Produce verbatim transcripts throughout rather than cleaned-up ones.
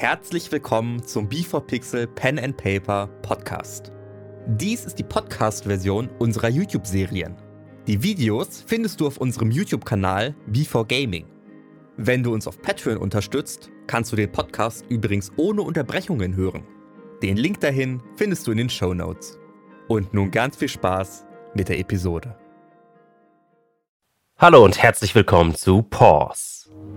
Herzlich willkommen zum B vier Pixel Pen and Paper Podcast. Dies ist die Podcast-Version unserer YouTube-Serien. Die Videos findest du auf unserem YouTube-Kanal B vier Gaming. Wenn du uns auf Patreon unterstützt, kannst du den Podcast übrigens ohne Unterbrechungen hören. Den Link dahin findest du in den Shownotes. Und nun ganz viel Spaß mit der Episode. Hallo und herzlich willkommen zu Pause.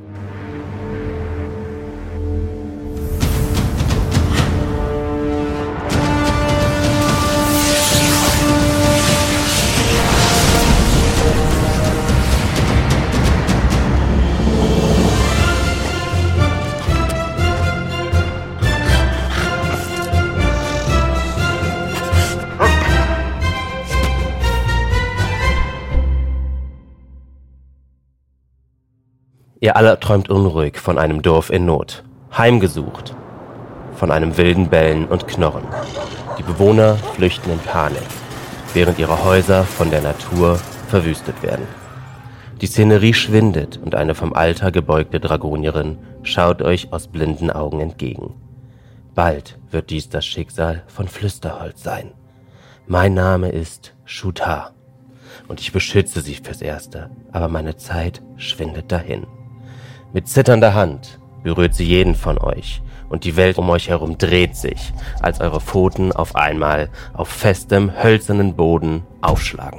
Ihr alle träumt unruhig von einem Dorf in Not, heimgesucht, von einem wilden Bellen und Knurren. Die Bewohner flüchten in Panik, während ihre Häuser von der Natur verwüstet werden. Die Szenerie schwindet und eine vom Alter gebeugte Dragonierin schaut euch aus blinden Augen entgegen. Bald wird dies das Schicksal von Flüsterholz sein. Mein Name ist Shutar und ich beschütze sie fürs Erste, aber meine Zeit schwindet dahin. Mit zitternder Hand berührt sie jeden von euch und die Welt um euch herum dreht sich, als eure Pfoten auf einmal auf festem, hölzernen Boden aufschlagen.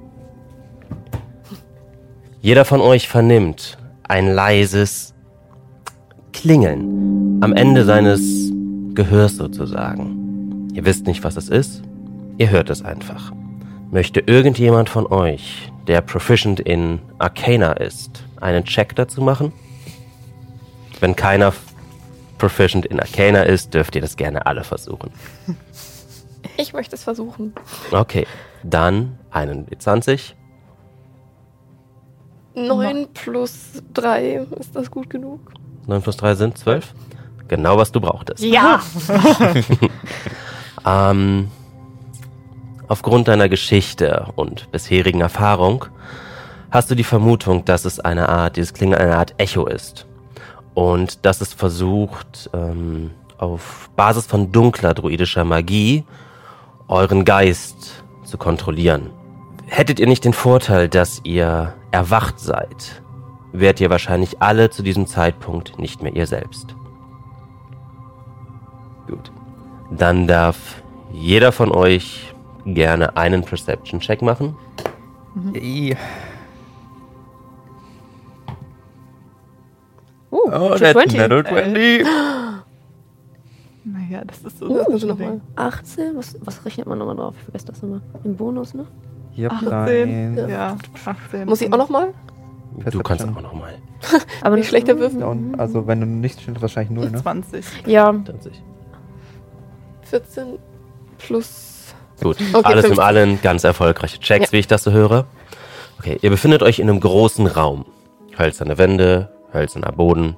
Jeder von euch vernimmt ein leises Klingeln am Ende seines Gehörs sozusagen. Ihr wisst nicht, was es ist, ihr hört es einfach. Möchte irgendjemand von euch, der proficient in Arcana ist, einen Check dazu machen? Wenn keiner proficient in Arcana ist, dürft ihr das gerne alle versuchen. Ich möchte es versuchen. Okay, dann einen W zwanzig. neun plus drei, ist das gut genug? neun plus drei sind zwölf. Genau, was du brauchtest. Ja! ähm, aufgrund deiner Geschichte und bisherigen Erfahrung hast du die Vermutung, dass es eine Art, dieses Klingeln eine Art Echo ist. Und dass es versucht, ähm, auf Basis von dunkler druidischer Magie euren Geist zu kontrollieren. Hättet ihr nicht den Vorteil, dass ihr erwacht seid, wärt ihr wahrscheinlich alle zu diesem Zeitpunkt nicht mehr ihr selbst. Gut. Dann darf jeder von euch gerne einen Perception-Check machen. Mhm. Uh, oh, that's Natural zwanzig. Naja, das ist so. Uh, das also nochmal. achtzehn? Was, was rechnet man nochmal drauf? Ich vergesse das immer. Im Bonus, ne? Yep, achtzehn. nein. Ja, achtzehn. Muss ich auch nochmal? Du kannst auch nochmal. Aber nicht schlechter würfeln. Ja, und also wenn du nichts stimmt, wahrscheinlich null, ne? zwanzig. Ja. zwanzig. vierzehn plus... Gut, okay, alles fünfzehn. im Allen ganz erfolgreiche Checks, ja. Wie ich das so höre. Okay, ihr befindet euch in einem großen Raum. Hölzerne Wände, hölzerner Boden.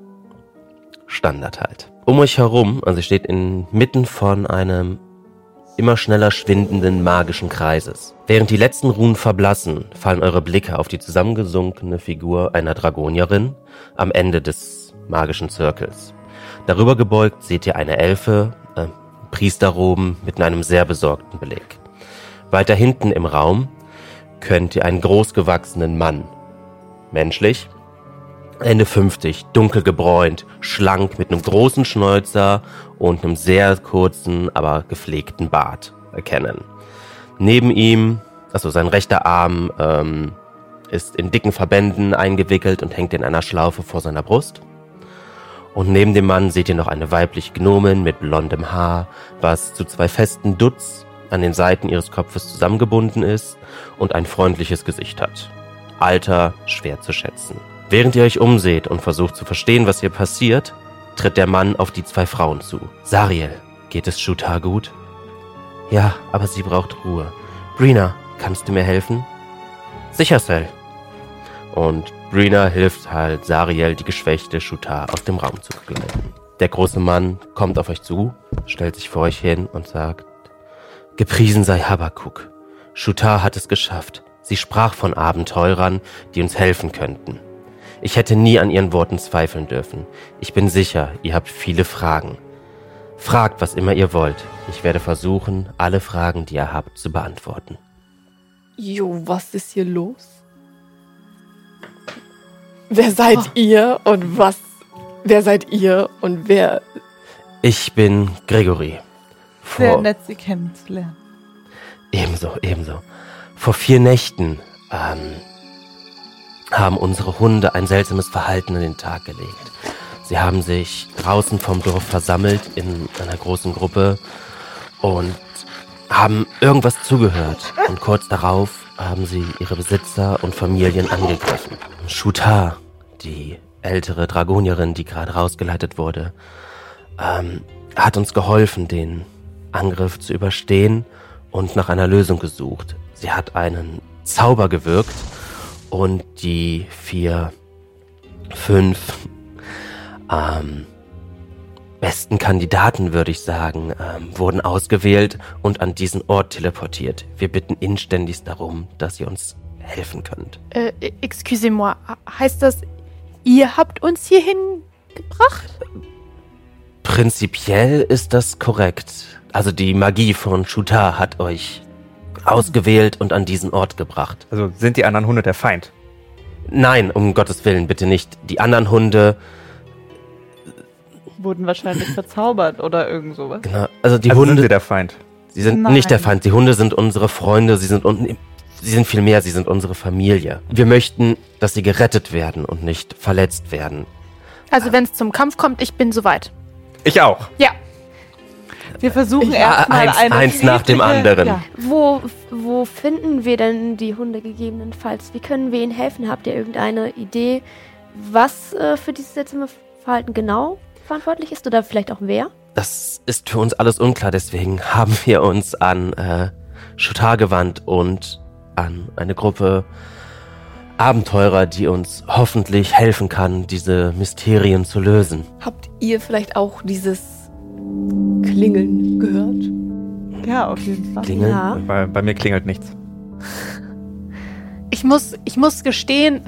Standard halt. Um euch herum, also ihr steht inmitten von einem immer schneller schwindenden magischen Kreises. Während die letzten Runen verblassen, fallen eure Blicke auf die zusammengesunkene Figur einer Dragonierin am Ende des magischen Zirkels. Darüber gebeugt seht ihr eine Elfe, äh, Priesterroben mit einem sehr besorgten Blick. Weiter hinten im Raum könnt ihr einen großgewachsenen Mann, menschlich, Ende fünfzig, dunkel gebräunt, schlank mit einem großen Schnäuzer und einem sehr kurzen, aber gepflegten Bart erkennen. Neben ihm, also sein rechter Arm, ähm, ist in dicken Verbänden eingewickelt und hängt in einer Schlaufe vor seiner Brust. Und neben dem Mann seht ihr noch eine weibliche Gnomin mit blondem Haar, was zu zwei festen Dutz an den Seiten ihres Kopfes zusammengebunden ist und ein freundliches Gesicht hat. Alter schwer zu schätzen. Während ihr euch umseht und versucht zu verstehen, was hier passiert, tritt der Mann auf die zwei Frauen zu. Zariel, geht es Shutar gut? Ja, aber sie braucht Ruhe. Brina, kannst du mir helfen? Sicher, Sel. Und Brina hilft halt Zariel, die geschwächte Shutar aus dem Raum zu begleiten. Der große Mann kommt auf euch zu, stellt sich vor euch hin und sagt: Gepriesen sei Habakuk. Shutar hat es geschafft. Sie sprach von Abenteurern, die uns helfen könnten. Ich hätte nie an Ihren Worten zweifeln dürfen. Ich bin sicher, ihr habt viele Fragen. Fragt, was immer ihr wollt. Ich werde versuchen, alle Fragen, die ihr habt, zu beantworten. Jo, was ist hier los? Wer seid oh. ihr und was? Wer seid ihr und wer? Ich bin Gregory. Vor Sehr nett, Sie kennenzulernen. Ebenso, ebenso. Vor vier Nächten ähm, haben unsere Hunde ein seltsames Verhalten an den Tag gelegt. Sie haben sich draußen vom Dorf versammelt in einer großen Gruppe und haben irgendwas zugehört. Und kurz darauf haben sie ihre Besitzer und Familien angegriffen. Shutar, die ältere Dragonierin, die gerade rausgeleitet wurde, ähm, hat uns geholfen, den Angriff zu überstehen und nach einer Lösung gesucht. Sie hat einen Zauber gewirkt und die vier, fünf ähm, besten Kandidaten, würde ich sagen, ähm, wurden ausgewählt und an diesen Ort teleportiert. Wir bitten inständigst darum, dass ihr uns helfen könnt. Äh, excusez-moi, heißt das, ihr habt uns hierhin gebracht? Prinzipiell ist das korrekt. Also die Magie von Shutar hat euch ausgewählt und an diesen Ort gebracht. Also sind die anderen Hunde der Feind? Nein, um Gottes Willen, bitte nicht. Die anderen Hunde... Wurden wahrscheinlich verzaubert oder irgend sowas. Genau, also die also Hunde... sind sie der Feind? Sie sind Nein. nicht der Feind. Die Hunde sind unsere Freunde, sie sind... Un- sie sind viel mehr, sie sind unsere Familie. Wir möchten, dass sie gerettet werden und nicht verletzt werden. Also wenn es zum Kampf kommt, ich bin soweit. Ich auch. Ja. Wir versuchen Ja, erstmal eins- eine eins nach dem friedliche- anderen. Ja. Wo, wo finden wir denn die Hunde gegebenenfalls? Wie können wir ihnen helfen? Habt ihr irgendeine Idee, was äh, für dieses seltsame Verhalten genau verantwortlich ist? Oder vielleicht auch wer? Das ist für uns alles unklar, deswegen haben wir uns an äh, Shutar gewandt und an eine Gruppe Abenteurer, die uns hoffentlich helfen kann, diese Mysterien zu lösen. Habt ihr vielleicht auch dieses Klingeln gehört? Ja, auf jeden Fall. Klingeln? Ja. Bei, bei mir klingelt nichts. Ich muss, ich muss gestehen,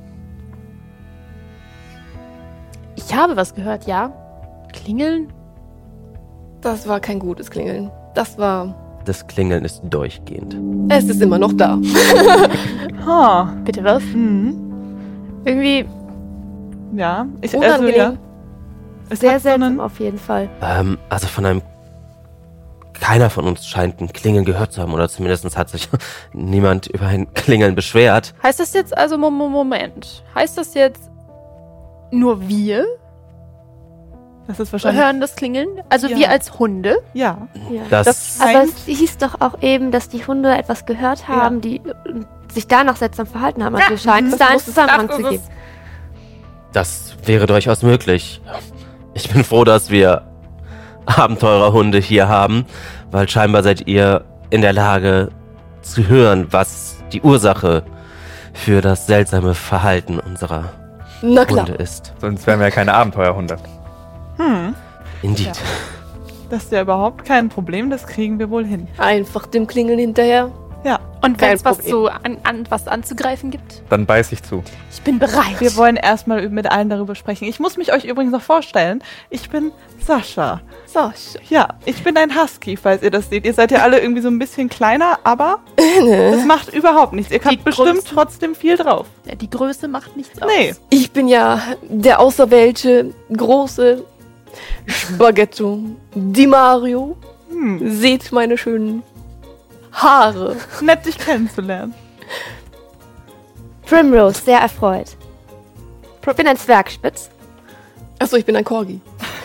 ich habe was gehört, ja. Klingeln? Das war kein gutes Klingeln. Das war... Das Klingeln ist durchgehend. Es ist immer noch da. Ha. Bitte was? Mhm. Irgendwie, Ja. Ich, also, Unangenehm. ja. Es Sehr hat so seltsam einen, auf jeden Fall. Ähm, also von einem... Keiner von uns scheint ein Klingeln gehört zu haben, oder zumindest hat sich niemand über ein Klingeln beschwert. heißt das jetzt also, Mo- Mo- Moment, heißt das jetzt, nur wir das ist wahrscheinlich. hören das Klingeln? Also Ja. wir als Hunde? Ja. Ja. Das, Das- Aber Scheint- es hieß doch auch eben, dass die Hunde etwas gehört haben, die äh, sich danach seltsam verhalten haben. Also scheint es das da einen muss es- Zusammenhang das zu ist geben. das wäre durchaus möglich. Ich bin froh, dass wir Abenteurerhunde hier haben, weil scheinbar seid ihr in der Lage zu hören, was die Ursache für das seltsame Verhalten unserer Na klar. Hunde ist. Sonst wären wir ja keine Abenteuerhunde. Hm. Indeed. Ja. Das ist ja überhaupt kein Problem, das kriegen wir wohl hin. Einfach dem Klingeln hinterher. Ja. Und wenn Kein es was, Problem. zu, an, an, was anzugreifen gibt? Dann beiß ich zu. Ich bin bereit. Wir wollen erstmal mit allen darüber sprechen. Ich muss mich euch übrigens noch vorstellen. Ich bin Sascha. So, Ja, ich bin ein Husky, falls ihr das seht. Ihr seid ja alle irgendwie so ein bisschen kleiner, aber das macht überhaupt nichts. Ihr habt Die bestimmt Größe. trotzdem viel drauf. Ja, die Größe macht nichts aus. Nee. ich bin ja der auserwählte, große Spaghetto Di Mario. Hm. Seht meine schönen Haare. Nett, dich kennenzulernen. Primrose, sehr erfreut. Ich bin ein Zwergspitz. Achso, ich bin ein Corgi.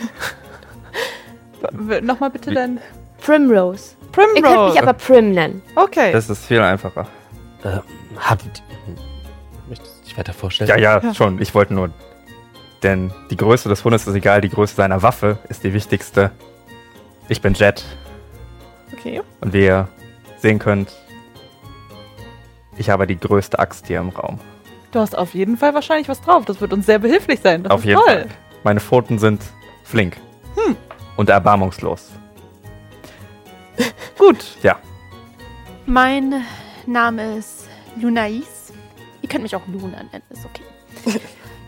W- Nochmal bitte dein Primrose. Ihr könnt Primrose. mich aber Prim nennen. Okay. Das ist viel einfacher. Äh, habt Möchtest du dich weiter vorstellen? Ja, ja, Ja. schon. Ich wollte nur... Denn die Größe des Hundes ist egal, die Größe seiner Waffe ist die wichtigste. Ich bin Jet. okay. Und wie ihr sehen könnt, ich habe die größte Axt hier im Raum. Du hast auf jeden Fall wahrscheinlich was drauf. Das wird uns sehr behilflich sein. Das Auf ist jeden toll. Fall. Meine Pfoten sind flink. Hm. Und erbarmungslos. Gut. Ja. Mein Name ist Lunais. Ihr könnt mich auch Luna nennen, ist okay.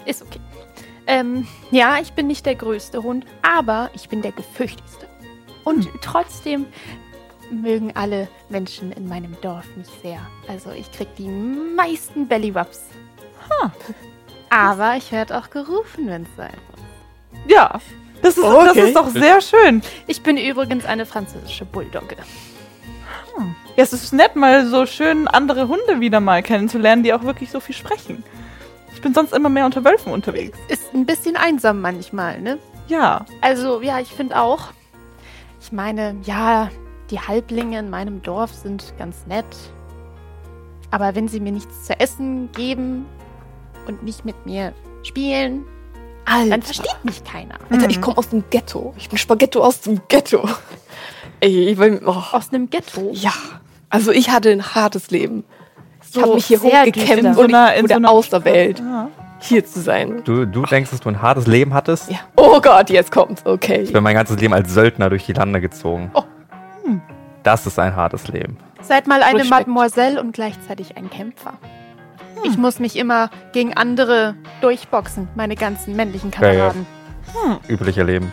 Ist okay. Ähm, ja, ich bin nicht der größte Hund, aber ich bin der gefürchtigste. Und hm. trotzdem mögen alle Menschen in meinem Dorf mich sehr. Also ich krieg die meisten Bellywups. Huh. Aber ich werde auch gerufen, wenn es sein muss. Ja, das ist, okay. das ist doch sehr schön. Ich bin übrigens eine französische Bulldogge. Hm. Ja, es ist nett, mal so schön andere Hunde wieder mal kennenzulernen, die auch wirklich so viel sprechen. Ich bin sonst immer mehr unter Wölfen unterwegs. Ist ein bisschen einsam manchmal, ne? Ja. Also, ja, ich finde auch. Ich meine, ja, die Halblinge in meinem Dorf sind ganz nett. Aber wenn sie mir nichts zu essen geben und nicht mit mir spielen, Alter. dann versteht mich keiner. Alter, ich komme aus dem Ghetto. Ich bin Spaghetto aus dem Ghetto. Ey, ich will, oh. Aus einem Ghetto? Ja. Also ich hatte ein hartes Leben. Ich So habe mich hier sehr hochgekämpft düster. und In ich so wurde einer- auserwählt, Ja. hier zu sein. Du, du denkst, dass du ein hartes Leben hattest? Ja. Oh Gott, jetzt kommt's. Okay. Ich bin mein ganzes Leben als Söldner durch die Lande gezogen. Oh. Hm. Das ist ein hartes Leben. Seid mal eine Respekt. Mademoiselle und gleichzeitig ein Kämpfer. Ich muss mich immer gegen andere durchboxen, meine ganzen männlichen Ja, ja. Kameraden. Übliche Leben.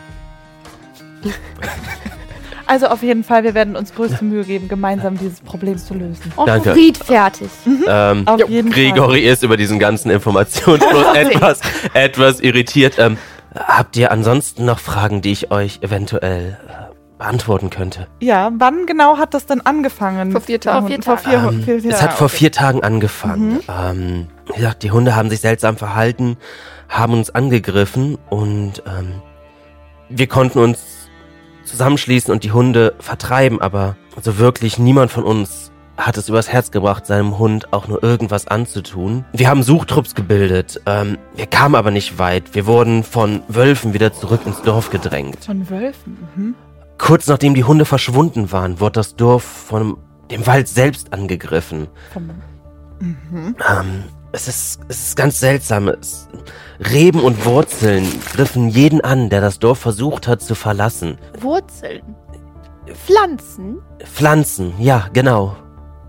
Also auf jeden Fall, wir werden uns größte Mühe geben, gemeinsam dieses Problem zu lösen. Oh, Danke. Fried fertig. Ähm, Auf jeden Grigori ist über diesen ganzen Informationsfluss etwas, etwas irritiert. Ähm, habt ihr ansonsten noch Fragen, die ich euch eventuell äh, beantworten könnte? Fall. Ja, wann genau hat das denn angefangen? Vor vier mit den Tagen. Hunden? Vor Vor vier, Ähm, vier, vier es hat vor okay. vier Tagen angefangen. Ähm, wie gesagt, die Hunde haben sich seltsam verhalten, haben uns angegriffen und ähm, wir konnten uns zusammenschließen und die Hunde vertreiben, aber so wirklich niemand von uns hat es übers Herz gebracht, seinem Hund auch nur irgendwas anzutun. Wir haben Suchtrupps gebildet, ähm, wir kamen aber nicht weit. Wir wurden von Wölfen wieder zurück ins Dorf gedrängt. Von Wölfen. Mhm. Kurz nachdem die Hunde verschwunden waren, wurde das Dorf von dem Wald selbst angegriffen. Vom, mhm. Ähm, es ist, es ist ganz seltsam. Es, Reben und Wurzeln griffen jeden an, der das Dorf versucht hat zu verlassen. Wurzeln. Pflanzen. Pflanzen, ja, genau.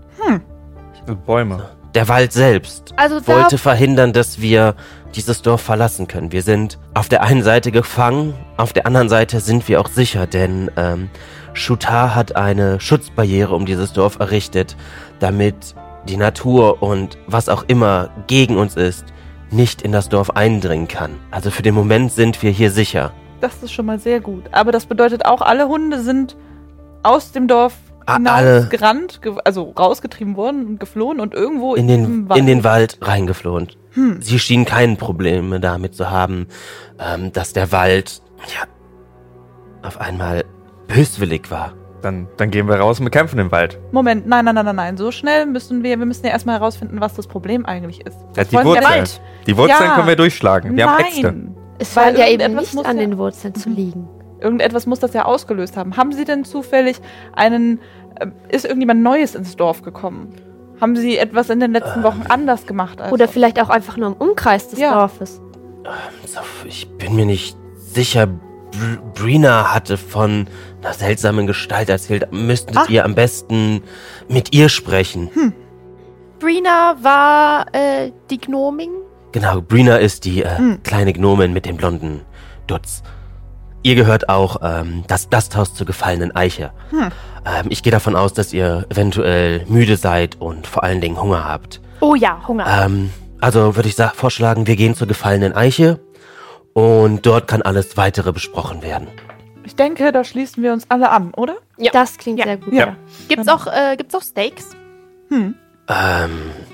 Bäume. Der Wald selbst Also da wollte verhindern, dass wir dieses Dorf verlassen können. Wir sind auf der einen Seite gefangen, auf der anderen Seite sind wir auch sicher, denn ähm, Shutar hat eine Schutzbarriere um dieses Dorf errichtet, damit die Natur und was auch immer gegen uns ist, nicht in das Dorf eindringen kann. Also für den Moment sind wir hier sicher. Das ist schon mal sehr gut. Aber das bedeutet auch, alle Hunde sind aus dem Dorf A- hinaus alle. gerannt, ge also rausgetrieben worden und geflohen und irgendwo In in, den, diesem Wald. in den Wald reingeflohen. Hm. Sie schienen keine Probleme damit zu haben, ähm, dass der Wald ja, auf einmal böswillig war. Dann, dann gehen wir raus und bekämpfen den Wald. Moment, nein, nein, nein, nein, nein. So schnell müssen wir, wir müssen ja erstmal herausfinden, was das Problem eigentlich ist. Ja, Das die wollen wir- Wurzeln. Wald. Die Wurzeln Ja. können wir durchschlagen. Wir nein. haben Äxte. Es Weil scheint ja eben irgendetwas nicht muss an ja- den Wurzeln zu liegen. Irgendetwas muss das ja ausgelöst haben. Haben Sie denn zufällig einen, äh, ist irgendjemand Neues ins Dorf gekommen? Haben Sie etwas in den letzten Wochen anders gemacht? Als Oder vielleicht auch einfach nur im Umkreis des Ja. Dorfes. So, ich bin mir nicht sicher. Br Brina hatte von einer seltsamen Gestalt erzählt. Müsstet Ach. ihr am besten mit ihr sprechen. Hm. Brina war äh, die Gnoming. Genau, Brina ist die äh, Hm. kleine Gnomin mit dem blonden Dutz. Ihr gehört auch ähm, das Gasthaus zur gefallenen Eiche. Hm. Ähm, ich gehe davon aus, dass ihr eventuell müde seid und vor allen Dingen Hunger habt. Oh ja, Hunger. Ähm, also würde ich sa- vorschlagen, wir gehen zur gefallenen Eiche und dort kann alles Weitere besprochen werden. Ich denke, da schließen wir uns alle an, oder? Ja. Das klingt Ja. sehr gut. Ja. Gibt's auch, äh, gibt's auch Steaks? Hm. Ähm,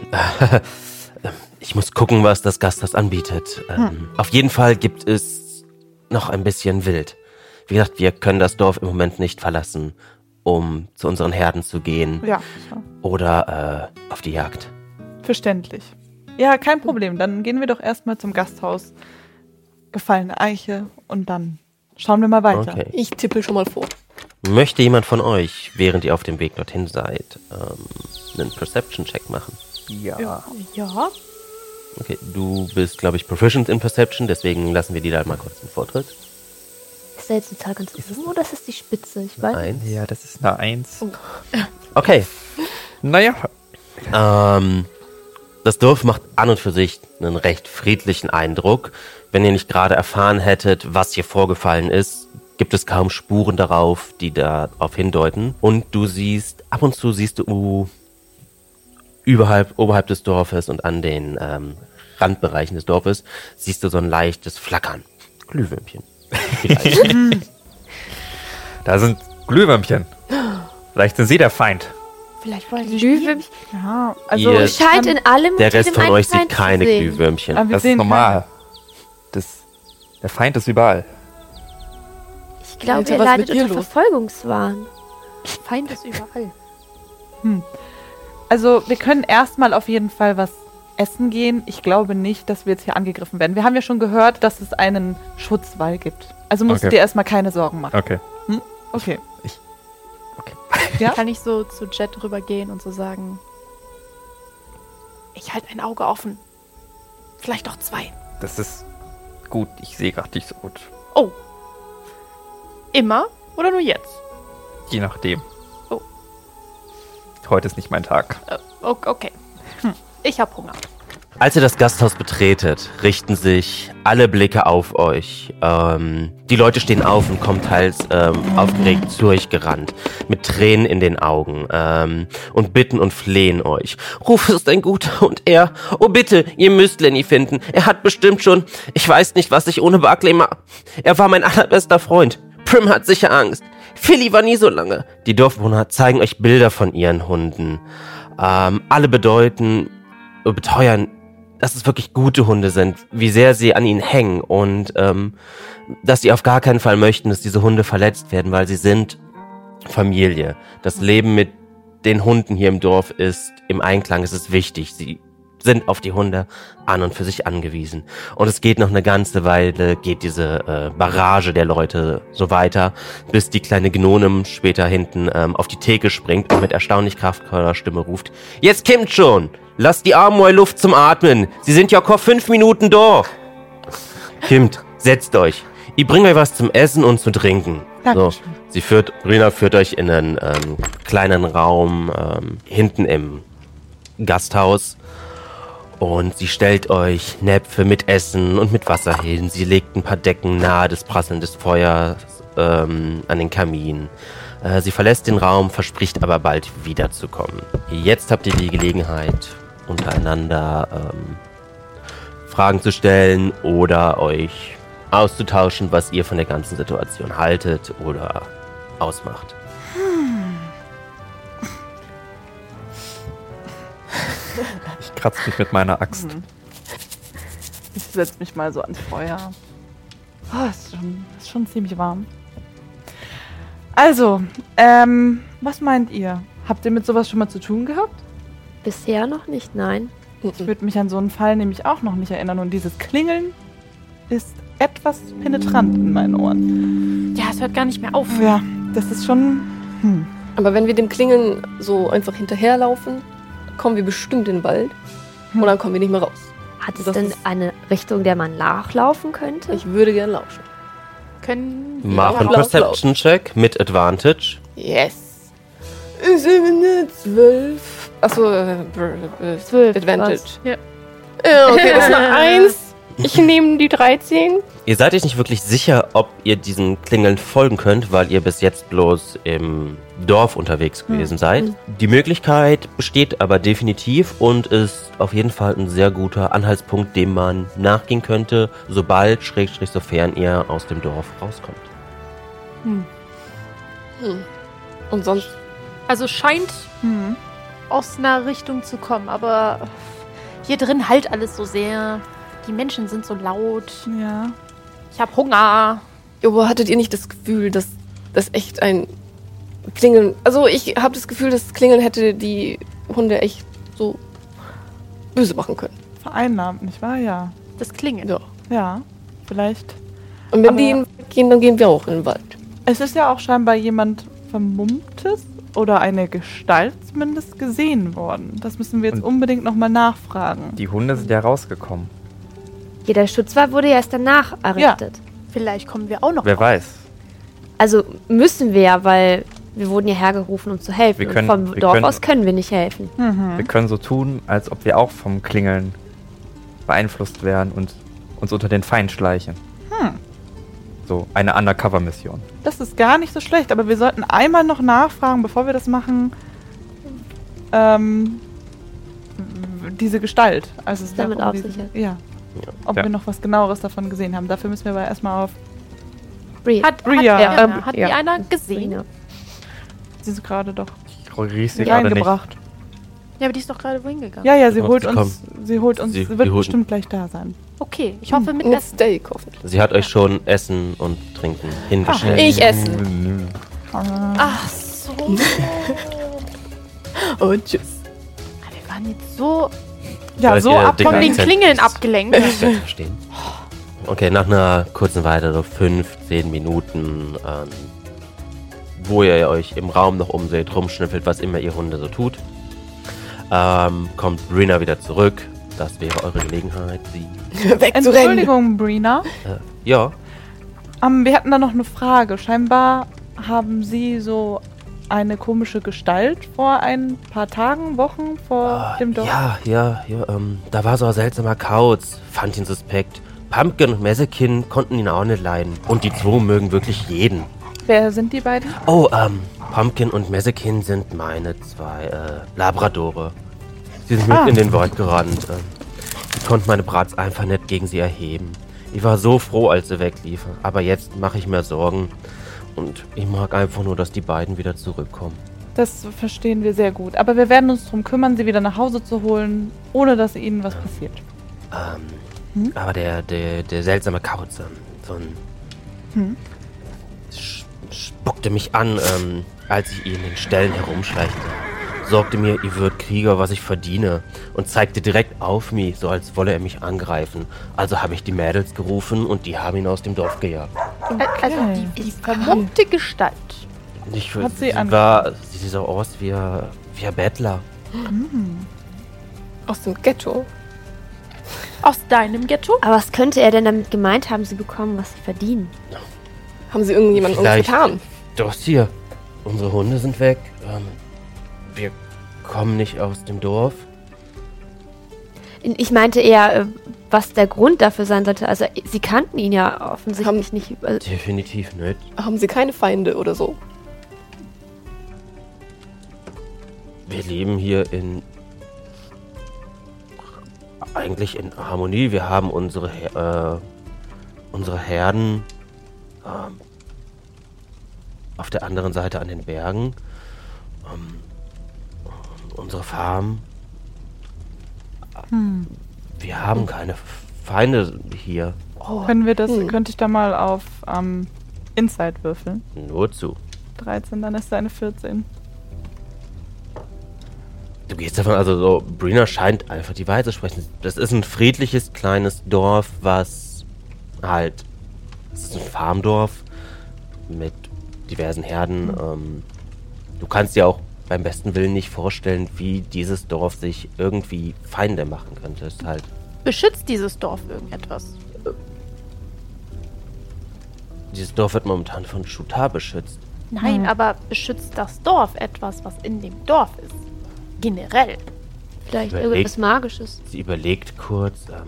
ich muss gucken, was das Gasthaus anbietet. Ähm, Hm. Auf jeden Fall gibt es noch ein bisschen Wild. Wie gesagt, wir können das Dorf im Moment nicht verlassen, um zu unseren Herden zu gehen Ja, ja. oder äh, auf die Jagd. Verständlich. Ja, kein Problem. Dann gehen wir doch erstmal zum Gasthaus. Gefallene Eiche und dann schauen wir mal weiter. Okay. Ich tippe schon mal vor. Möchte jemand von euch, während ihr auf dem Weg dorthin seid, ähm, einen Perception-Check machen? Ja. Ja. Ja. Okay, du bist, glaube ich, proficient in Perception, deswegen lassen wir dir da mal kurz den Vortritt. Ist da jetzt eine Zahl ganz oben oder ist das die Spitze? Ich weiß nicht. Eins. Ja, das ist eine Eins. Okay, Naja. ähm, Das Dorf macht an und für sich einen recht friedlichen Eindruck. Wenn ihr nicht gerade erfahren hättet, was hier vorgefallen ist, gibt es kaum Spuren darauf, die darauf hindeuten. Und du siehst, ab und zu siehst du uh, überhalb, oberhalb des Dorfes und an den ähm, Randbereichen des Dorfes, siehst du so ein leichtes Flackern. Glühwürmchen. Vielleicht. Da sind Glühwürmchen. Vielleicht sind sie der Feind. Vielleicht wollen sie Glühwürmchen. Ja, also Ihr- ich Scheint kann- in allem Der unter Rest dem von einen euch sieht Feind zu keine sehen. Glühwürmchen. Aber wir Das ist sehen normal. Das, der Feind ist überall. Ich glaube, Alter, ihr was ist leidet mit dir unter los? Verfolgungswahn. Feind ist überall. Also wir können erstmal auf jeden Fall was essen gehen. Ich glaube nicht, dass wir jetzt hier angegriffen werden. Wir haben ja schon gehört, dass es einen Schutzwall gibt. Also musst du Okay. dir erstmal keine Sorgen machen. Okay. Okay. Okay. Ja? Kann ich so zu Jet rübergehen und so sagen, ich halte ein Auge offen. Vielleicht auch zwei. Das ist gut. Ich sehe gerade nicht so gut. Oh. Immer oder nur jetzt? Je nachdem. Oh. Heute ist nicht mein Tag. Äh, o- okay. Hm. Ich hab Hunger. Als ihr das Gasthaus betretet, richten sich alle Blicke auf euch. Ähm, die Leute stehen auf und kommen teils ähm, aufgeregt zu euch gerannt, mit Tränen in den Augen ähm, und bitten und flehen euch. Ruf ist ein guter und er, oh bitte, ihr müsst Lenny finden. Er hat bestimmt schon, ich weiß nicht, was ich ohne Barclay mache. Er war mein allerbester Freund. Prim hat sicher Angst. Philly war nie so lange. Die Dorfbewohner zeigen euch Bilder von ihren Hunden. Ähm, alle bedeuten, beteuern, dass es wirklich gute Hunde sind, wie sehr sie an ihnen hängen und ähm, dass sie auf gar keinen Fall möchten, dass diese Hunde verletzt werden, weil sie sind Familie. Das Leben mit den Hunden hier im Dorf ist im Einklang, es ist wichtig. Sie sind auf die Hunde an und für sich angewiesen. Und es geht noch eine ganze Weile, geht diese äh, Barrage der Leute so weiter, bis die kleine Gnonem später hinten ähm, auf die Theke springt und mit erstaunlich kraftvoller Stimme ruft, jetzt kommt schon! Lasst die Armen mal Luft zum Atmen! Sie sind ja vor fünf Minuten da! Kimmt, setzt euch! Ich bringe euch was zum Essen und zu trinken. So, Dankeschön. sie führt, Brina führt euch in einen ähm, kleinen Raum ähm, hinten im Gasthaus. Und sie stellt euch Näpfe mit Essen und mit Wasser hin. Sie legt ein paar Decken nahe des Prasseln des Feuers ähm, an den Kamin. Äh, sie verlässt den Raum, verspricht aber bald wiederzukommen. Jetzt habt ihr die Gelegenheit, untereinander ähm, Fragen zu stellen oder euch auszutauschen, was ihr von der ganzen Situation haltet oder ausmacht. Ich kratze mich mit meiner Axt. Ich setze mich mal so ans Feuer. Oh, ist schon, ist schon ziemlich warm. Also, ähm, was meint ihr? Habt ihr mit sowas schon mal zu tun gehabt? Bisher noch nicht, nein. Ich würde mich an so einen Fall nämlich auch noch nicht erinnern. Und dieses Klingeln ist etwas penetrant in meinen Ohren. Ja, es hört gar nicht mehr auf. Ja, das ist schon... Hm. Aber wenn wir dem Klingeln so einfach hinterherlaufen, kommen wir bestimmt in den Wald. Und dann kommen wir nicht mehr raus. Hat es Das denn ist- eine Richtung, der man nachlaufen könnte? Ich würde gern lauschen. Können Mach einen lauf, Perception-Check mit Advantage. Yes. Ich sehe eine zwölf. Achso, äh, äh, Zwölf, Advantage. was? Ja. Ja, okay, das ist eine eins. Ich nehme die dreizehn. Ihr seid euch nicht wirklich sicher, ob ihr diesen Klingeln folgen könnt, weil ihr bis jetzt bloß im Dorf unterwegs gewesen seid. Die Möglichkeit besteht aber definitiv und ist auf jeden Fall ein sehr guter Anhaltspunkt, dem man nachgehen könnte, sobald, schrägstrich, sofern ihr aus dem Dorf rauskommt. Und sonst, Also scheint Hm. aus einer Richtung zu kommen, aber hier drin halt alles so sehr. Die Menschen sind so laut. Ja. Ich habe Hunger. aber hattet ihr nicht das Gefühl, dass das echt ein Klingeln... Also ich habe das Gefühl, das Klingeln hätte die Hunde echt so böse machen können. Vereinnahmt, nicht wahr? Ja. Das Klingeln. Ja. Ja, vielleicht. Und wenn Aber- die in den Wald gehen, dann gehen wir auch in den Wald. Es ist ja auch scheinbar jemand Vermummtes oder eine Gestalt zumindest gesehen worden. Das müssen wir jetzt Und- unbedingt nochmal nachfragen. Die Hunde sind ja rausgekommen. Jeder Schutzwall wurde ja erst danach errichtet. Vielleicht kommen wir auch noch. Wer drauf. weiß. Also müssen wir ja, weil wir wurden ja hergerufen, um zu helfen. Wir können- und vom wir Dorf können- aus können wir nicht helfen. Wir können so tun, als ob wir auch vom Klingeln beeinflusst werden und uns unter den Feind schleichen. Hm. So, eine Undercover-Mission. Das ist gar nicht so schlecht, aber wir sollten einmal noch nachfragen, bevor wir das machen, ähm, w- diese Gestalt. Also es Was damit darum, auf diese- sich hat. Ja. Ob Ja. wir noch was genaueres davon gesehen haben. Dafür müssen wir aber erstmal auf. Brie. Hat, Bria. hat, äh, Ähm, hat ja. die einer gesehen? Brina. Sie ist gerade doch Ich riech sie gerade nicht. reingebracht. Ja, aber die ist doch gerade wohin gegangen. Ja, ja, sie Und holt sie uns. Sie holt uns. Sie- Sie, sie wird holt- bestimmt gleich da sein. Okay, ich hoffe mit Mit Essen. Steak hoffentlich. Sie hat euch schon Essen und Trinken hingestellt. Ich esse. Ach so. Und tschüss. Wir waren jetzt so Ja, Weil so ihr ab dicker von den Akzent Klingeln ist. abgelenkt. Ich kann verstehen. Okay, nach einer kurzen Weile, so fünfzehn Minuten, ähm, wo ihr euch im Raum noch umseht, rumschnüffelt, was immer ihr Hunde so tut, ähm, kommt Brina wieder zurück. Das wäre eure Gelegenheit. Sie, Wegzurennen. Entschuldigung, Brina. äh, ja, Ähm, wir hatten da noch eine Frage. Scheinbar haben Sie so eine komische Gestalt vor ein paar Tagen, Wochen vor Ah, dem Dorf. ja, ja, ja, ähm, da war so ein seltsamer Kauz, fand ihn suspekt. Pumpkin und Messekin konnten ihn auch nicht leiden. Und die zwei mögen wirklich jeden. Wer sind die beiden? Oh, ähm, Pumpkin und Messekin sind meine zwei äh, Labradore. Sie sind mit Ah. in den Wald gerannt. Ähm, ich konnte meine Bratz einfach nicht gegen sie erheben. Ich war so froh, als sie wegliefen. Aber jetzt mache ich mir Sorgen. Und ich mag einfach nur, dass die beiden wieder zurückkommen. Das verstehen wir sehr gut. Aber wir werden uns darum kümmern, sie wieder nach Hause zu holen, ohne dass ihnen was passiert. Ähm, Hm? aber der, der, der seltsame Kauz, ähm, so ein... Hm? sch- spuckte mich an, ähm, als ich ihn in den Ställen herumschleichte. Sorgte mir, ihr würdet Krieger, was ich verdiene, und zeigte direkt auf mich, so als wolle er mich angreifen. Also habe ich die Mädels gerufen und die haben ihn aus dem Dorf gejagt. Also die, die vermummte Gestalt. Ich, Hat sie sie an- war, sie sah so aus wie, ein- wie ein Bettler. Aus dem Ghetto. Aus deinem Ghetto? Aber was könnte er denn damit gemeint haben, sie bekommen, was sie verdienen? Haben sie irgendjemanden uns Vielleicht- getan? Doch hier, unsere Hunde sind weg. Ähm, wir kommen nicht aus dem Dorf. Ich meinte eher, äh, was der Grund dafür sein sollte. Also sie kannten ihn ja offensichtlich Haben- nicht. Also, Definitiv nicht. Haben sie keine Feinde oder so? Wir leben hier in eigentlich in Harmonie. Wir haben unsere Her- äh, unsere Herden ähm, auf der anderen Seite an den Bergen. Ähm, unsere Farm. Hm. Wir haben keine Feinde hier. Oh. Können wir das, Hm. könnte ich da mal auf ähm, Inside würfeln? Nur zu. dreizehn, dann ist es eine vierzehn. Du gehst davon, also so, Brina scheint einfach die Wahrheit zu sprechen. Das ist ein friedliches, kleines Dorf, was halt, es ist ein Farmdorf mit diversen Herden. Ähm, du kannst dir auch beim besten Willen nicht vorstellen, wie dieses Dorf sich irgendwie Feinde machen könnte. Es ist halt, Beschützt dieses Dorf irgendetwas? dieses Dorf wird momentan von Shutar beschützt. Nein, Hm. aber beschützt das Dorf etwas, was in dem Dorf ist? Generell. vielleicht Überleg- irgendwas Magisches. Sie überlegt kurz, ähm,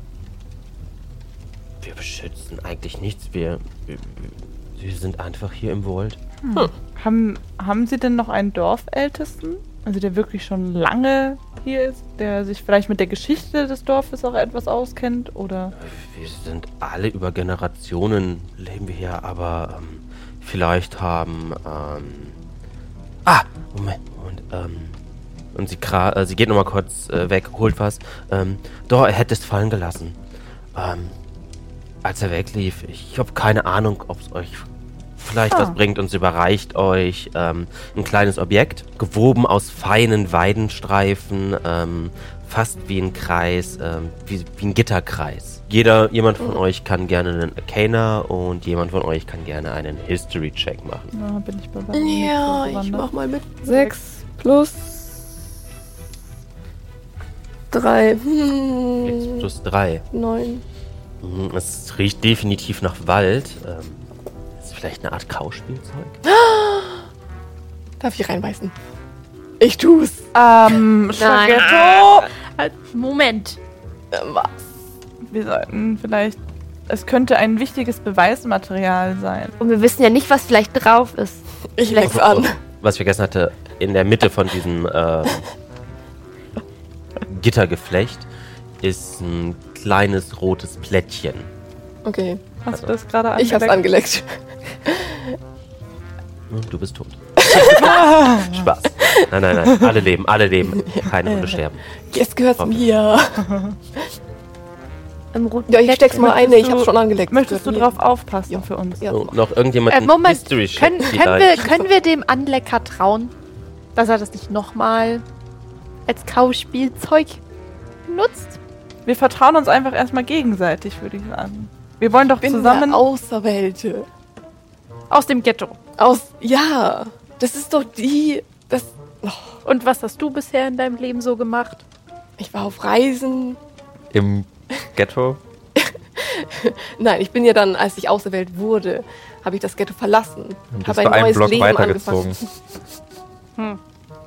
wir beschützen eigentlich nichts, wir, wir, wir sind einfach hier im Wald. Haben, haben Sie denn noch einen Dorfältesten? Also der wirklich schon lange hier ist, der sich vielleicht mit der Geschichte des Dorfes auch etwas auskennt? Oder? Wir sind alle über Generationen leben wir hier, aber ähm, vielleicht haben, ähm, ah, Moment, Moment, ähm, und sie, gra äh, sie geht nochmal kurz äh, weg, holt was, ähm, doch, er hätte es fallen gelassen, ähm, als er weglief. Ich habe keine Ahnung, ob es euch vielleicht Ah. was bringt, und sie überreicht euch ähm, ein kleines Objekt, gewoben aus feinen Weidenstreifen, ähm, fast wie ein Kreis, ähm, wie, wie ein Gitterkreis. Jeder, jemand von euch kann gerne einen Arcana und jemand von euch kann gerne einen History-Check machen. Na, bin ich bei weitem nicht Ja, so ich bewandert. mach mal mit. Sechs plus drei. Sechs Hm, plus drei. neun. Mhm, es riecht definitiv nach Wald. Ähm, ist vielleicht eine Art Kauspielzeug? Darf ich reinbeißen? Ich tu's. Ähm, Spaghetto. Äh, Moment. Äh, was? Wir sollten vielleicht... Es könnte ein wichtiges Beweismaterial sein. Und wir wissen ja nicht, was vielleicht drauf ist. Ich leg's an. Was ich vergessen hatte, in der Mitte von diesem ähm, Gittergeflecht ist ein kleines rotes Plättchen. Okay. Hast du das gerade angelegt? Ich hab's angeleckt. Und du bist tot. Spaß. Nein, nein, nein. Alle leben, alle leben. Keine Hunde sterben. Jetzt gehört's Okay. mir. Im roten Ja, ich steck's mal ein. Nee, ich Möchtest hab's du- schon angeleckt. Möchtest du Gehört drauf aufpassen Ja. für uns? mir. Ja, So, noch irgendjemand Äh, einen Moment. History-Check Können, können, wir, vielleicht? können wir dem Anlecker trauen, dass er das nicht nochmal als Kauspielzeug nutzt? Wir vertrauen uns einfach erstmal gegenseitig, würde ich sagen. Wir wollen doch Ich bin zusammen... der Auserwählte. Aus dem Ghetto. Aus. Ja. Das ist doch die. Das. Oh, Und was hast du bisher in deinem Leben so gemacht? ich war auf Reisen. Im Ghetto. Nein, ich bin ja dann, als ich auserwählt wurde, habe ich das Ghetto verlassen. Dann bist Habe du ein einen neues Block Leben weitergezogen. angefangen.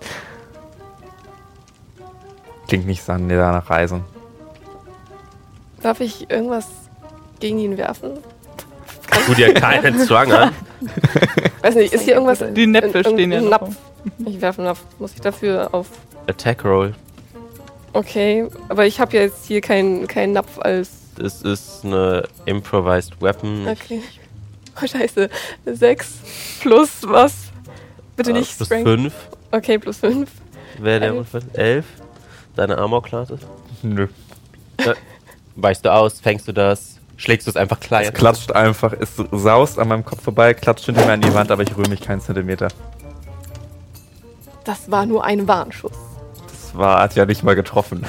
Klingt nicht so nach Reisen. Darf ich irgendwas gegen ihn werfen? Tu dir keinen Zwang an. Weiß nicht, ist hier irgendwas? Die Näpfe in- stehen ja ein noch. Napf. Ich werfe einen Napf. Muss ich dafür auf. Attack Roll. Okay, aber ich habe ja jetzt hier keinen keinen Napf als. Das ist eine Improvised Weapon. Okay. Oh, scheiße. Sechs plus was? Bitte Äh, nicht plus Strength. fünf. Okay, plus fünf. Wäre der Elf. Elf. elf. Deine Armor-Klasse. Nö. Weichst du aus, fängst du das, schlägst du es einfach klein. Es klatscht einfach, es saust an meinem Kopf vorbei, klatscht hinter mir an die Wand, aber ich rühre mich keinen Zentimeter. Das war nur ein Warnschuss. Das war, hat ja nicht mal getroffen.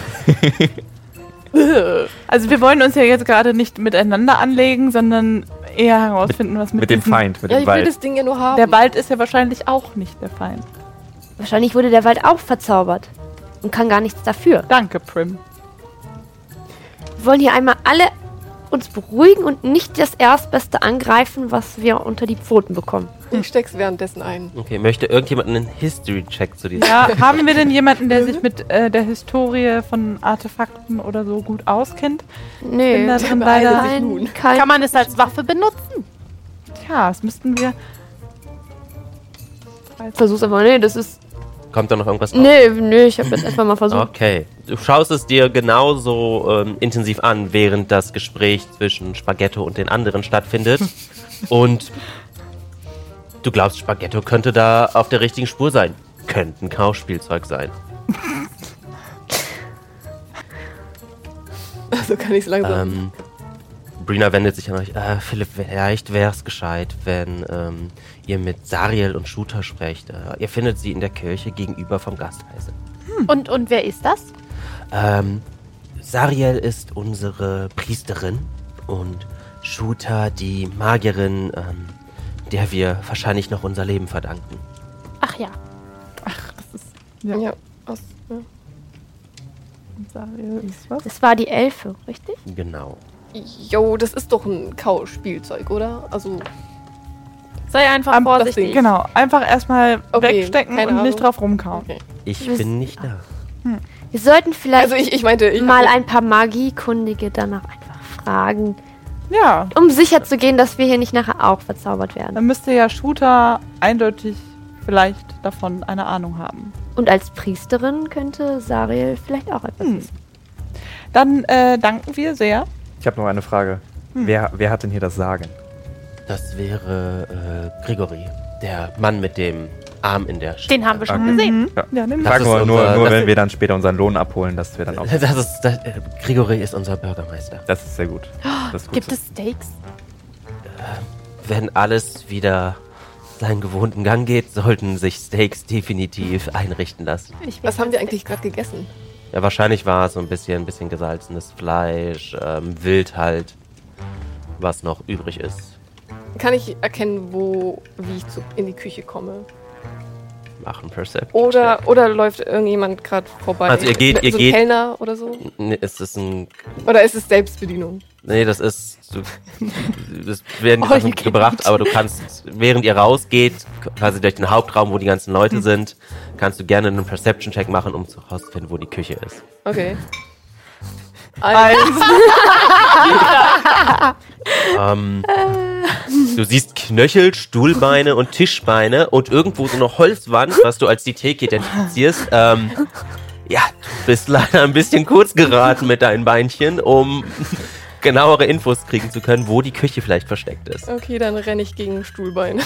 Also wir wollen uns ja jetzt gerade nicht miteinander anlegen, sondern eher herausfinden, was mit, Mit dem diesem- Feind, mit Ja, dem ich will Wald. das Ding ja nur haben. Der Wald ist ja wahrscheinlich auch nicht der Feind. Wahrscheinlich wurde der Wald auch verzaubert und kann gar nichts dafür. Danke, Prim. Wir wollen hier einmal alle uns beruhigen und nicht das Erstbeste angreifen, was wir unter die Pfoten bekommen. Ich steck's währenddessen ein. Okay, möchte irgendjemand einen History-Check zu diesem? Ja, haben wir denn jemanden, der sich mit äh, der Historie von Artefakten oder so gut auskennt? Bin Nee, da drin beeile leider... sich kein, nun. kein Kann man es als Waffe benutzen? Tja, das müssten wir... Versuch's einfach. Nee, das ist. Kommt da noch irgendwas auf? Nee, nee, ich habe jetzt einfach mal versucht. Okay. Du schaust es dir genauso ähm, intensiv an, während das Gespräch zwischen Spaghetto und den anderen stattfindet. Und du glaubst, Spaghetto könnte da auf der richtigen Spur sein. Könnte ein Kauspielzeug sein. Also kann ich langsam. Ähm, Brina wendet sich an euch. Äh, Philipp, vielleicht wäre es gescheit, wenn ähm, ihr mit Sariel und Shooter sprecht. Äh, ihr findet sie in der Kirche gegenüber vom Gasthaus. Und, und wer ist das? Ähm, Sariel ist unsere Priesterin und Shooter die Magierin, ähm, der wir wahrscheinlich noch unser Leben verdanken. Ach ja. Ja. ja, aus, ja. Sariel ist was? Das war die Elfe, richtig? Genau. Jo, das ist doch ein Kauspielzeug, oder? Also, Sei einfach Am- das vorsichtig. Ding. Genau, einfach erstmal Okay, wegstecken keine und Ahnung. nicht drauf rumkauen. okay. Ich Wir bin nicht da. Wir sollten vielleicht Also ich, ich meinte, ich mal hab- ein paar Magiekundige danach einfach fragen, Ja, um sicher zu gehen, dass wir hier nicht nachher auch verzaubert werden. dann müsste ja Shooter eindeutig vielleicht davon eine Ahnung haben. Und als Priesterin könnte Sariel vielleicht auch etwas Hm. wissen. Dann äh, danken wir sehr. Ich habe noch eine Frage. Hm. Wer, wer hat denn hier das Sagen? Das wäre äh, Gregory, der Mann mit dem Arm in der Sch Den haben wir schon Okay. gesehen. Ja, ja nimm Das Fragen ist wir nur, unser- nur das wenn ist- wir dann später unseren Lohn abholen, dass wir dann auch... Das ist, das, äh, Gregory ist unser Bürgermeister. Das ist sehr gut. Das ist gut Gibt zu- es Steaks? Wenn alles wieder seinen gewohnten Gang geht, sollten sich Steaks definitiv einrichten lassen. Ich Was haben wir eigentlich gerade gegessen? Ja, wahrscheinlich war es so ein bisschen, ein bisschen gesalzenes Fleisch, ähm, Wild halt, was noch übrig ist. Kann ich erkennen, wo, wie ich zu, in die Küche komme? Machen Perception. Oder, oder läuft irgendjemand gerade vorbei? Also ihr geht- so ihr ein geht- Kellner oder so? Nee, es ist ein, Oder ist es Selbstbedienung? Nee, das ist. Du, das werden die Oh, Sachen ihr geht gebracht, nicht. aber du kannst, während ihr rausgeht, quasi durch den Hauptraum, wo die ganzen Leute Hm. sind, kannst du gerne einen Perception-Check machen, um herauszufinden, wo die Küche ist. Okay. Eins. Ähm, du siehst Knöchel, Stuhlbeine und Tischbeine und irgendwo so eine Holzwand, was du als die Theke identifizierst. Ähm, ja, du bist leider ein bisschen kurz geraten mit deinen Beinchen, um genauere Infos kriegen zu können, wo die Küche vielleicht versteckt ist. Okay, dann renne ich gegen Stuhlbein.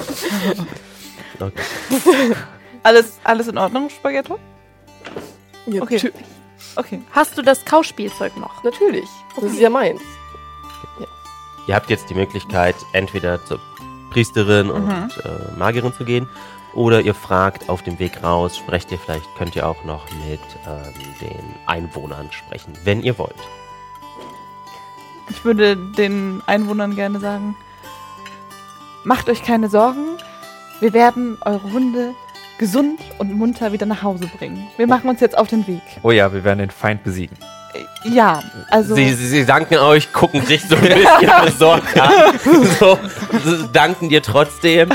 Okay. Alles, alles in Ordnung, Spaghetto? Ja, Okay. tü- Okay. Hast du das Kauspielzeug noch? Natürlich. Das ist ja meins. Ihr habt jetzt die Möglichkeit, entweder zur Priesterin und Mhm. äh, Magierin zu gehen, oder ihr fragt auf dem Weg raus, sprecht ihr vielleicht, könnt ihr auch noch mit ähm, den Einwohnern sprechen, wenn ihr wollt. Ich würde den Einwohnern gerne sagen, macht euch keine Sorgen, wir werden eure Hunde gesund und munter wieder nach Hause bringen. Wir machen uns jetzt auf den Weg. Oh ja, wir werden den Feind besiegen. Äh, Ja, also Sie, sie, sie danken euch, gucken dich so ein bisschen besorgt an. So, so, danken dir trotzdem.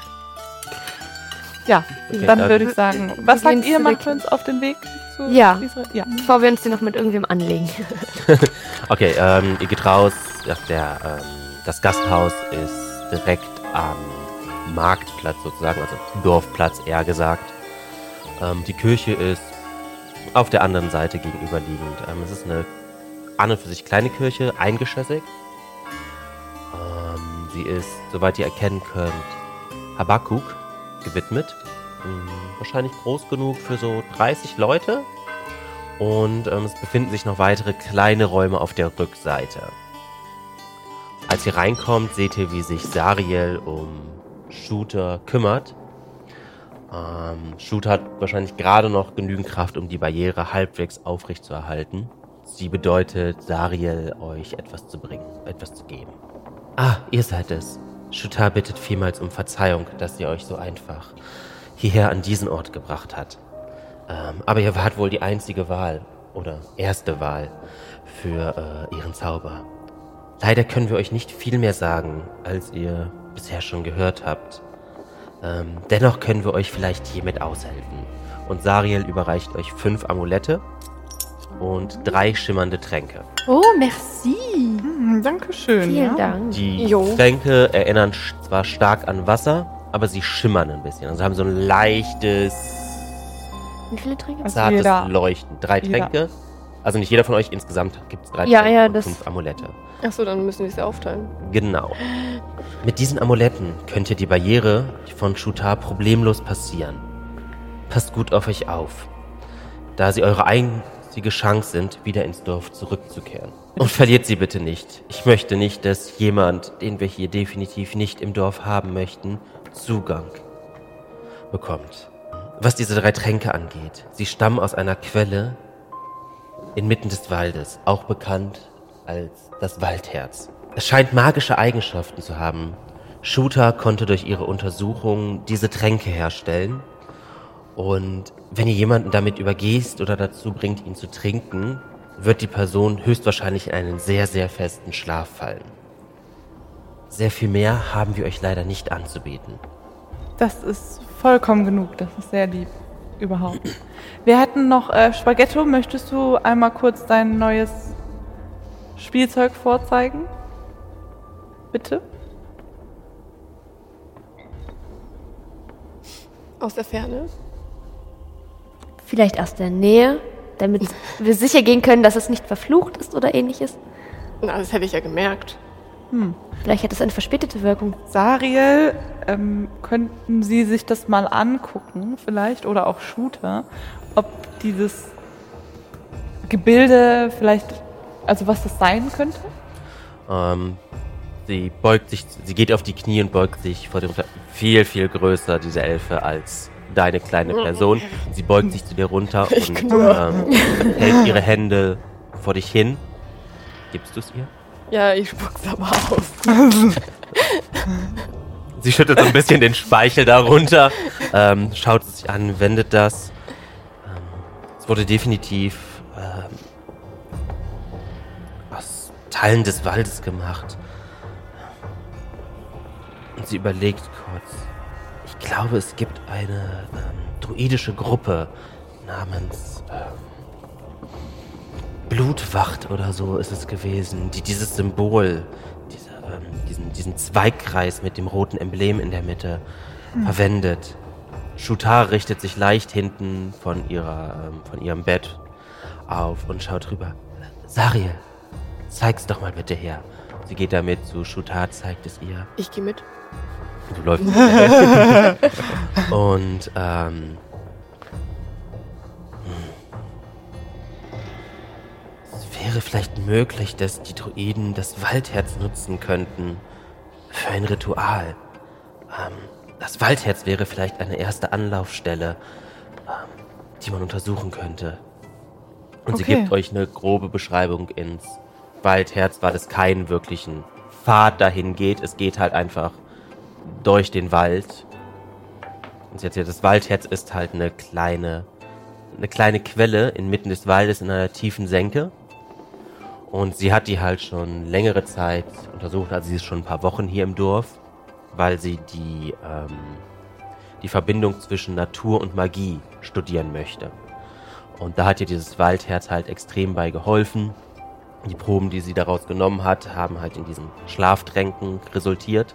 ja, Okay, dann dann- würde ich sagen, was gehen sagt ihr, zurück. machen wir uns auf den Weg zu Ja. Israel? Ja. Bevor wir uns die noch mit irgendwem anlegen. Okay, ähm, ihr geht raus. Ja, Der, ähm, das Gasthaus ist direkt am Marktplatz sozusagen, also Dorfplatz eher gesagt. Ähm, die Kirche ist auf der anderen Seite gegenüberliegend. Ähm, es ist eine an und für sich kleine Kirche, eingeschossig. Ähm, sie ist, soweit ihr erkennen könnt, Habakkuk gewidmet. Ähm, wahrscheinlich groß genug für so dreißig Leute. Und ähm, es befinden sich noch weitere kleine Räume auf der Rückseite. Als ihr reinkommt, seht ihr, wie sich Sariel um Shooter kümmert. Ähm, Shooter hat wahrscheinlich gerade noch genügend Kraft, um die Barriere halbwegs aufrecht zu erhalten. Sie bedeutet, Sariel euch etwas zu bringen, etwas zu geben. Ah, ihr seid es. Shooter bittet vielmals um Verzeihung, dass sie euch so einfach hierher an diesen Ort gebracht hat. Ähm, aber ihr wart wohl die einzige Wahl oder erste Wahl für äh, ihren Zauber. Leider können wir euch nicht viel mehr sagen, als ihr bisher schon gehört habt. Ähm, dennoch können wir euch vielleicht hiermit aushelfen. Und Sariel überreicht euch fünf Amulette und drei schimmernde Tränke. Oh, merci. Hm, Dankeschön. Vielen ja. Dank. Die Jo. Tränke erinnern sch- zwar stark an Wasser, aber sie schimmern ein bisschen. Also haben so ein leichtes, Wie viele Tränke? Also zartes jeder- Leuchten. Drei jeder. Tränke. Also nicht jeder von euch, insgesamt gibt es drei Ja, Tränke ja, und das- fünf Amulette. Achso, dann müssen wir es ja aufteilen. Genau. Mit diesen Amuletten könnt ihr die Barriere von Shooter problemlos passieren. Passt gut auf euch auf, da sie eure einzige Chance sind, wieder ins Dorf zurückzukehren. Und verliert sie bitte nicht. Ich möchte nicht, dass jemand, den wir hier definitiv nicht im Dorf haben möchten, Zugang bekommt. Was diese drei Tränke angeht, sie stammen aus einer Quelle inmitten des Waldes, auch bekannt als das Waldherz. Es scheint magische Eigenschaften zu haben. Shooter konnte durch ihre Untersuchungen diese Tränke herstellen. Und wenn ihr jemanden damit übergießt oder dazu bringt, ihn zu trinken, wird die Person höchstwahrscheinlich in einen sehr, sehr festen Schlaf fallen. Sehr viel mehr haben wir euch leider nicht anzubieten. Das ist vollkommen genug. Das ist sehr lieb. Überhaupt. Wir hätten noch äh, Spaghetto. Möchtest du einmal kurz dein neues Spielzeug vorzeigen? Bitte? Aus der Ferne? Vielleicht aus der Nähe, damit wir sicher gehen können, dass es nicht verflucht ist oder ähnliches. Na, das hätte ich ja gemerkt. Vielleicht hat es eine verspätete Wirkung. Sariel, ähm, könnten Sie sich das mal angucken, vielleicht, oder auch Shooter, ob dieses Gebilde vielleicht, also was das sein könnte? Ähm, sie beugt sich, sie geht auf die Knie und beugt sich vor dem Re- viel, viel größer, diese Elfe, als deine kleine Person. Sie beugt sich zu dir runter und ähm, hält ihre Hände vor dich hin. Gibst du es ihr? Ja, ich spuck's aber aus. Sie schüttelt so ein bisschen den Speichel darunter, ähm, schaut es sich an, wendet das. Ähm, es wurde definitiv ähm, aus Teilen des Waldes gemacht. Und sie überlegt kurz. Ich glaube, es gibt eine ähm, druidische Gruppe namens ähm, Blutwacht oder so ist es gewesen, die dieses Symbol, diese, ähm, diesen, diesen Zweigkreis mit dem roten Emblem in der Mitte hm. verwendet. Shutar richtet sich leicht hinten von, ihrer, ähm, von ihrem Bett auf und schaut rüber. Sariel, zeig's doch mal bitte her. Sie geht damit zu Shutar, zeigt es ihr. Ich gehe mit. Du läufst mit. Und, ähm... es wäre vielleicht möglich, dass die Druiden das Waldherz nutzen könnten für ein Ritual. Ähm, das Waldherz wäre vielleicht eine erste Anlaufstelle, ähm, die man untersuchen könnte. Und okay. Sie gibt euch eine grobe Beschreibung ins Waldherz, weil es keinen wirklichen Pfad dahin geht. Es geht halt einfach durch den Wald. Und sie erzählt, das Waldherz ist halt eine kleine, eine kleine Quelle inmitten des Waldes in einer tiefen Senke. Und sie hat die halt schon längere Zeit untersucht, also sie ist schon ein paar Wochen hier im Dorf, weil sie die, ähm, die Verbindung zwischen Natur und Magie studieren möchte. Und da hat ihr dieses Waldherz halt extrem bei geholfen. Die Proben, die sie daraus genommen hat, haben halt in diesen Schlaftränken resultiert.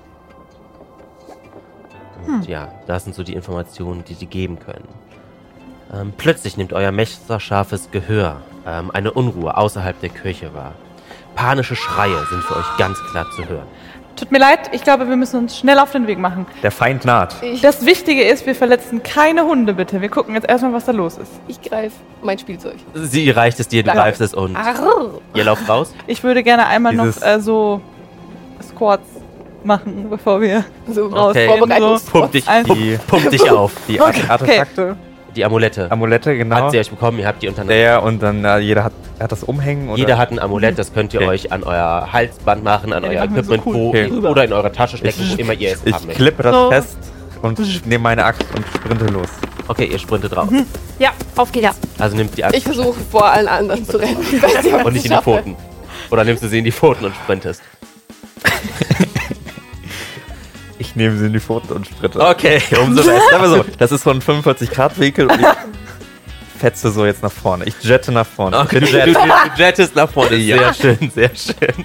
Und hm. ja, das sind so die Informationen, die sie geben können. Ähm, plötzlich nimmt euer messerscharfes Gehör ähm, eine Unruhe außerhalb der Kirche wahr. Panische Schreie sind für euch ganz klar zu hören. Tut mir leid, ich glaube, wir müssen uns schnell auf den Weg machen. Der Feind naht. Ich das Wichtige ist, wir verletzen keine Hunde, bitte. Wir gucken jetzt erstmal, was da los ist. Ich greife mein Spielzeug. Sie reicht es dir, du greifst es und Arr. ihr lauft raus? Ich würde gerne einmal Dieses noch äh, so Squats machen, bevor wir so raus okay. vorbereiten. So pump, dich, pump, pump dich auf. Die okay. Artefakte. Die Amulette. Amulette, genau. Hat sie euch bekommen, ihr habt die untereinander. Der und dann äh, jeder hat, hat das Umhängen. Oder? Jeder hat ein Amulett, das könnt ihr okay. euch an euer Halsband machen, an ja, euer Equipment so cool. wo, okay. oder in eure Tasche stecken, ich, wo immer ihr es ich haben möchtet. Ich klippe das so. fest und nehme meine Axt und sprinte los. Okay, ihr sprintet raus. Mhm. Ja, auf geht's. Also nimmt die Axt. Ich versuche vor allen anderen zu rennen. Ich weiß nicht, und nicht in die Pfoten. Oder nimmst du sie in die Pfoten und sprintest? Ich nehme sie in die Pfoten und sprinte. Okay, umso besser. Aber so, das ist so ein fünfundvierzig Grad Winkel und ich fetze so jetzt nach vorne. Ich jette nach vorne. Okay, du, du, du jettest nach vorne. Ja. Sehr schön, sehr schön.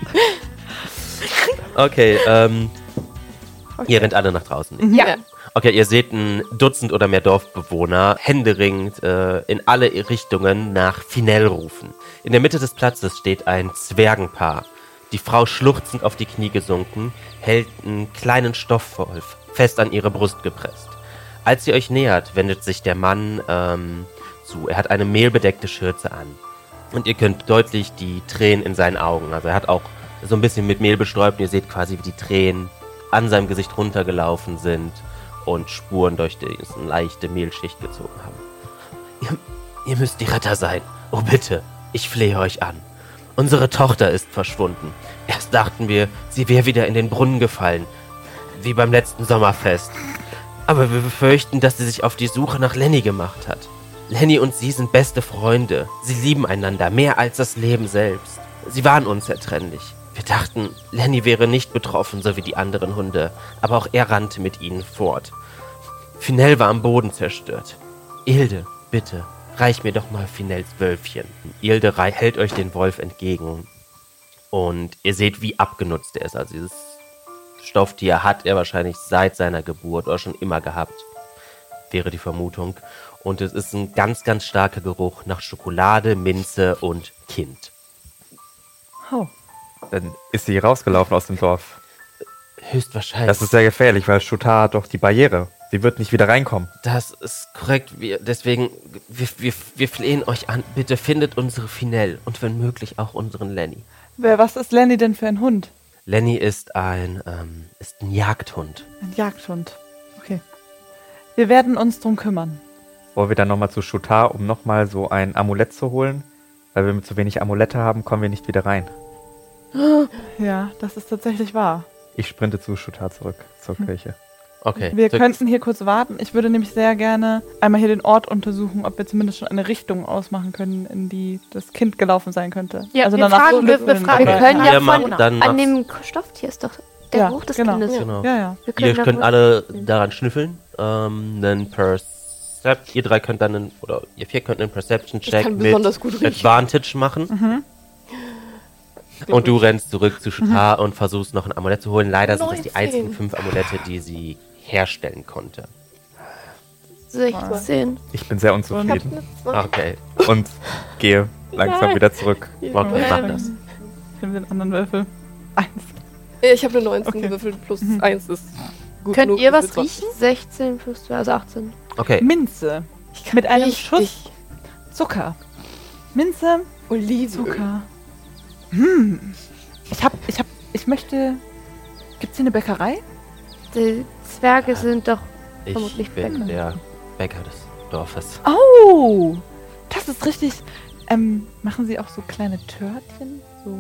Okay, ähm... Okay. Ihr rennt alle nach draußen. Ja. Okay, ihr seht ein Dutzend oder mehr Dorfbewohner händeringend äh, in alle Richtungen nach Finell rufen. In der Mitte des Platzes steht ein Zwergenpaar. Die Frau, schluchzend auf die Knie gesunken, hält einen kleinen Stoffwolf fest an ihre Brust gepresst. Als ihr euch nähert, wendet sich der Mann ähm, zu. Er hat eine mehlbedeckte Schürze an. Und ihr könnt deutlich die Tränen in seinen Augen, also er hat auch so ein bisschen mit Mehl bestäubt. Und ihr seht quasi, wie die Tränen an seinem Gesicht runtergelaufen sind und Spuren durch diese leichte Mehlschicht gezogen haben. Ihr, ihr müsst die Retter sein. Oh bitte, ich flehe euch an. Unsere Tochter ist verschwunden. Erst dachten wir, sie wäre wieder in den Brunnen gefallen, wie beim letzten Sommerfest. Aber wir befürchten, dass sie sich auf die Suche nach Lenny gemacht hat. Lenny und sie sind beste Freunde. Sie lieben einander mehr als das Leben selbst. Sie waren unzertrennlich. Wir dachten, Lenny wäre nicht betroffen, so wie die anderen Hunde, aber auch er rannte mit ihnen fort. Finell war am Boden zerstört. Ilde, bitte, reich mir doch mal Finells Wölfchen. Ilde hält euch den Wolf entgegen und ihr seht, wie abgenutzt er ist. Also dieses Stofftier hat er wahrscheinlich seit seiner Geburt oder schon immer gehabt, wäre die Vermutung. Und es ist ein ganz, ganz starker Geruch nach Schokolade, Minze und Kind. Oh. Dann ist sie rausgelaufen aus dem Dorf. Höchstwahrscheinlich. Das ist sehr gefährlich, weil Shutar hat doch die Barriere. Sie wird nicht wieder reinkommen. Das ist korrekt. Wir, deswegen, wir, wir, wir flehen euch an, bitte findet unsere Finell und wenn möglich auch unseren Lenny. Wer, was ist Lenny denn für ein Hund? Lenny ist ein, ähm, ist ein Jagdhund. Ein Jagdhund, okay. Wir werden uns drum kümmern. Wollen wir dann nochmal zu Shutar, um nochmal so ein Amulett zu holen? Weil wir mit zu wenig Amulette haben, kommen wir nicht wieder rein. Ja, das ist tatsächlich wahr. Ich sprinte zu Shutar zurück zur hm. Kirche. Okay. Wir Zurück- könnten hier kurz warten. Ich würde nämlich sehr gerne einmal hier den Ort untersuchen, ob wir zumindest schon eine Richtung ausmachen können, in die das Kind gelaufen sein könnte. Ja, also wir danach fragen- wir- wir Schlüsseln fragen- Wir dabei. können Ihr ja macht von dann an mach's- dem Stofftier ist doch der Ja, Geruch des genau. Kindes. Genau. Ja, ja. Wir können Ihr da könnt wohl- alle daran schnüffeln. Ähm, einen Percept, ihr drei könnt dann einen, oder ihr vier könnt einen Ich Perception-Check kann mit besonders gut riechen. Advantage machen. Mhm. Und du rennst zurück zu Shutar und versuchst noch ein Amulett zu holen. Leider sind das die neunzehn. einzigen fünf Amulette, die sie herstellen konnte. sechzehn. Ich bin sehr Ich hab unzufrieden eine zwei. Okay, und gehe langsam wieder zurück. okay, mach das. Ich nehme den anderen Würfel. Eins. Ich habe eine neunzehn Okay. gewürfelt, plus Mhm. eins ist gut Könnt genug, ihr das was wird riechen? sechzehn plus zwei, also achtzehn. Okay, Minze. Mit einem Richtig. Schuss Zucker. Minze, Oliven. Zucker. Hm. Ich hab, ich hab, ich möchte. Gibt's hier eine Bäckerei? Die Zwerge sind doch ich vermutlich bin Bäcker. der Bäcker des Dorfes. Oh, das ist richtig. Ähm, machen Sie auch so kleine Törtchen? So.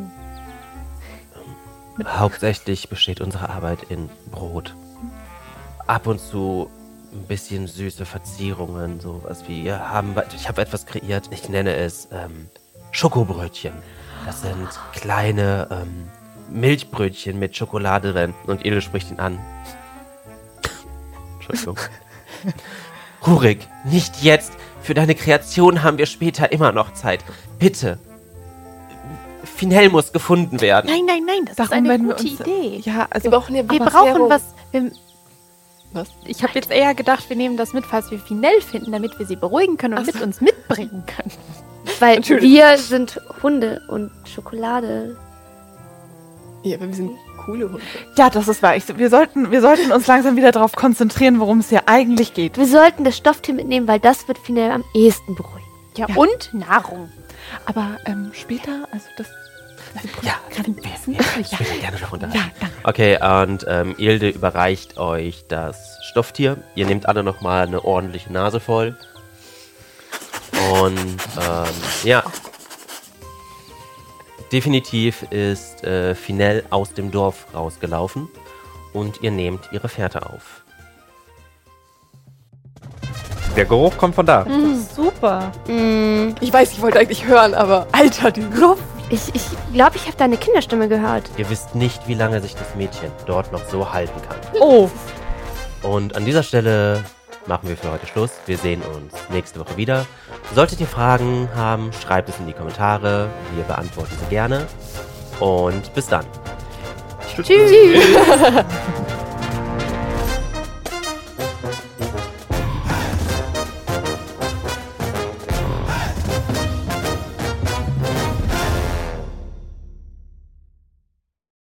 Hauptsächlich besteht unsere Arbeit in Brot. Ab und zu ein bisschen süße Verzierungen, sowas wie wir haben. Ich habe etwas kreiert, ich nenne es ähm, Schokobrötchen. Das sind kleine ähm, Milchbrötchen mit Schokolade drin. Und Edel spricht ihn an. Entschuldigung. Rurik, nicht jetzt. Für deine Kreation haben wir später immer noch Zeit. Bitte. Finell muss gefunden werden. Nein, nein, nein, das ist Darum eine werden wir gute uns. Idee. Ja, also. Wir brauchen ja Wir aber brauchen Serum. was. Wir, Was? ich habe jetzt eher gedacht, wir nehmen das mit, falls wir Finell finden, damit wir sie beruhigen können und Ach so. mit uns mitbringen können. Weil Natürlich. wir sind Hunde und Schokolade. Ja, aber wir sind coole Hunde. Ja, das ist wahr. Ich, wir, sollten, wir sollten uns langsam wieder darauf konzentrieren, worum es hier eigentlich geht. Wir sollten das Stofftier mitnehmen, weil das wird Finell am ehesten beruhigen. Ja, Ja. und Nahrung. Aber ähm, später, also das. Ja, Kann wir, wir, wir sprechen gerne noch unter. Ja, danke. Okay, und ähm, Ilde überreicht euch das Stofftier. Ihr nehmt alle nochmal eine ordentliche Nase voll. Und ähm, ja. Definitiv ist äh, Finell aus dem Dorf rausgelaufen. Und ihr nehmt ihre Fährte auf. Der Geruch kommt von da. Super. Mm, Ich weiß, ich wollte eigentlich hören, aber Alter, die Luft. ich ich glaube, ich habe deine Kinderstimme gehört. Ihr wisst nicht, wie lange sich das Mädchen dort noch so halten kann. Oh, Und an dieser Stelle machen wir für heute Schluss. Wir sehen uns nächste Woche wieder. Solltet ihr Fragen haben, schreibt es in die Kommentare. Wir beantworten sie gerne. Und bis dann. Tschüss.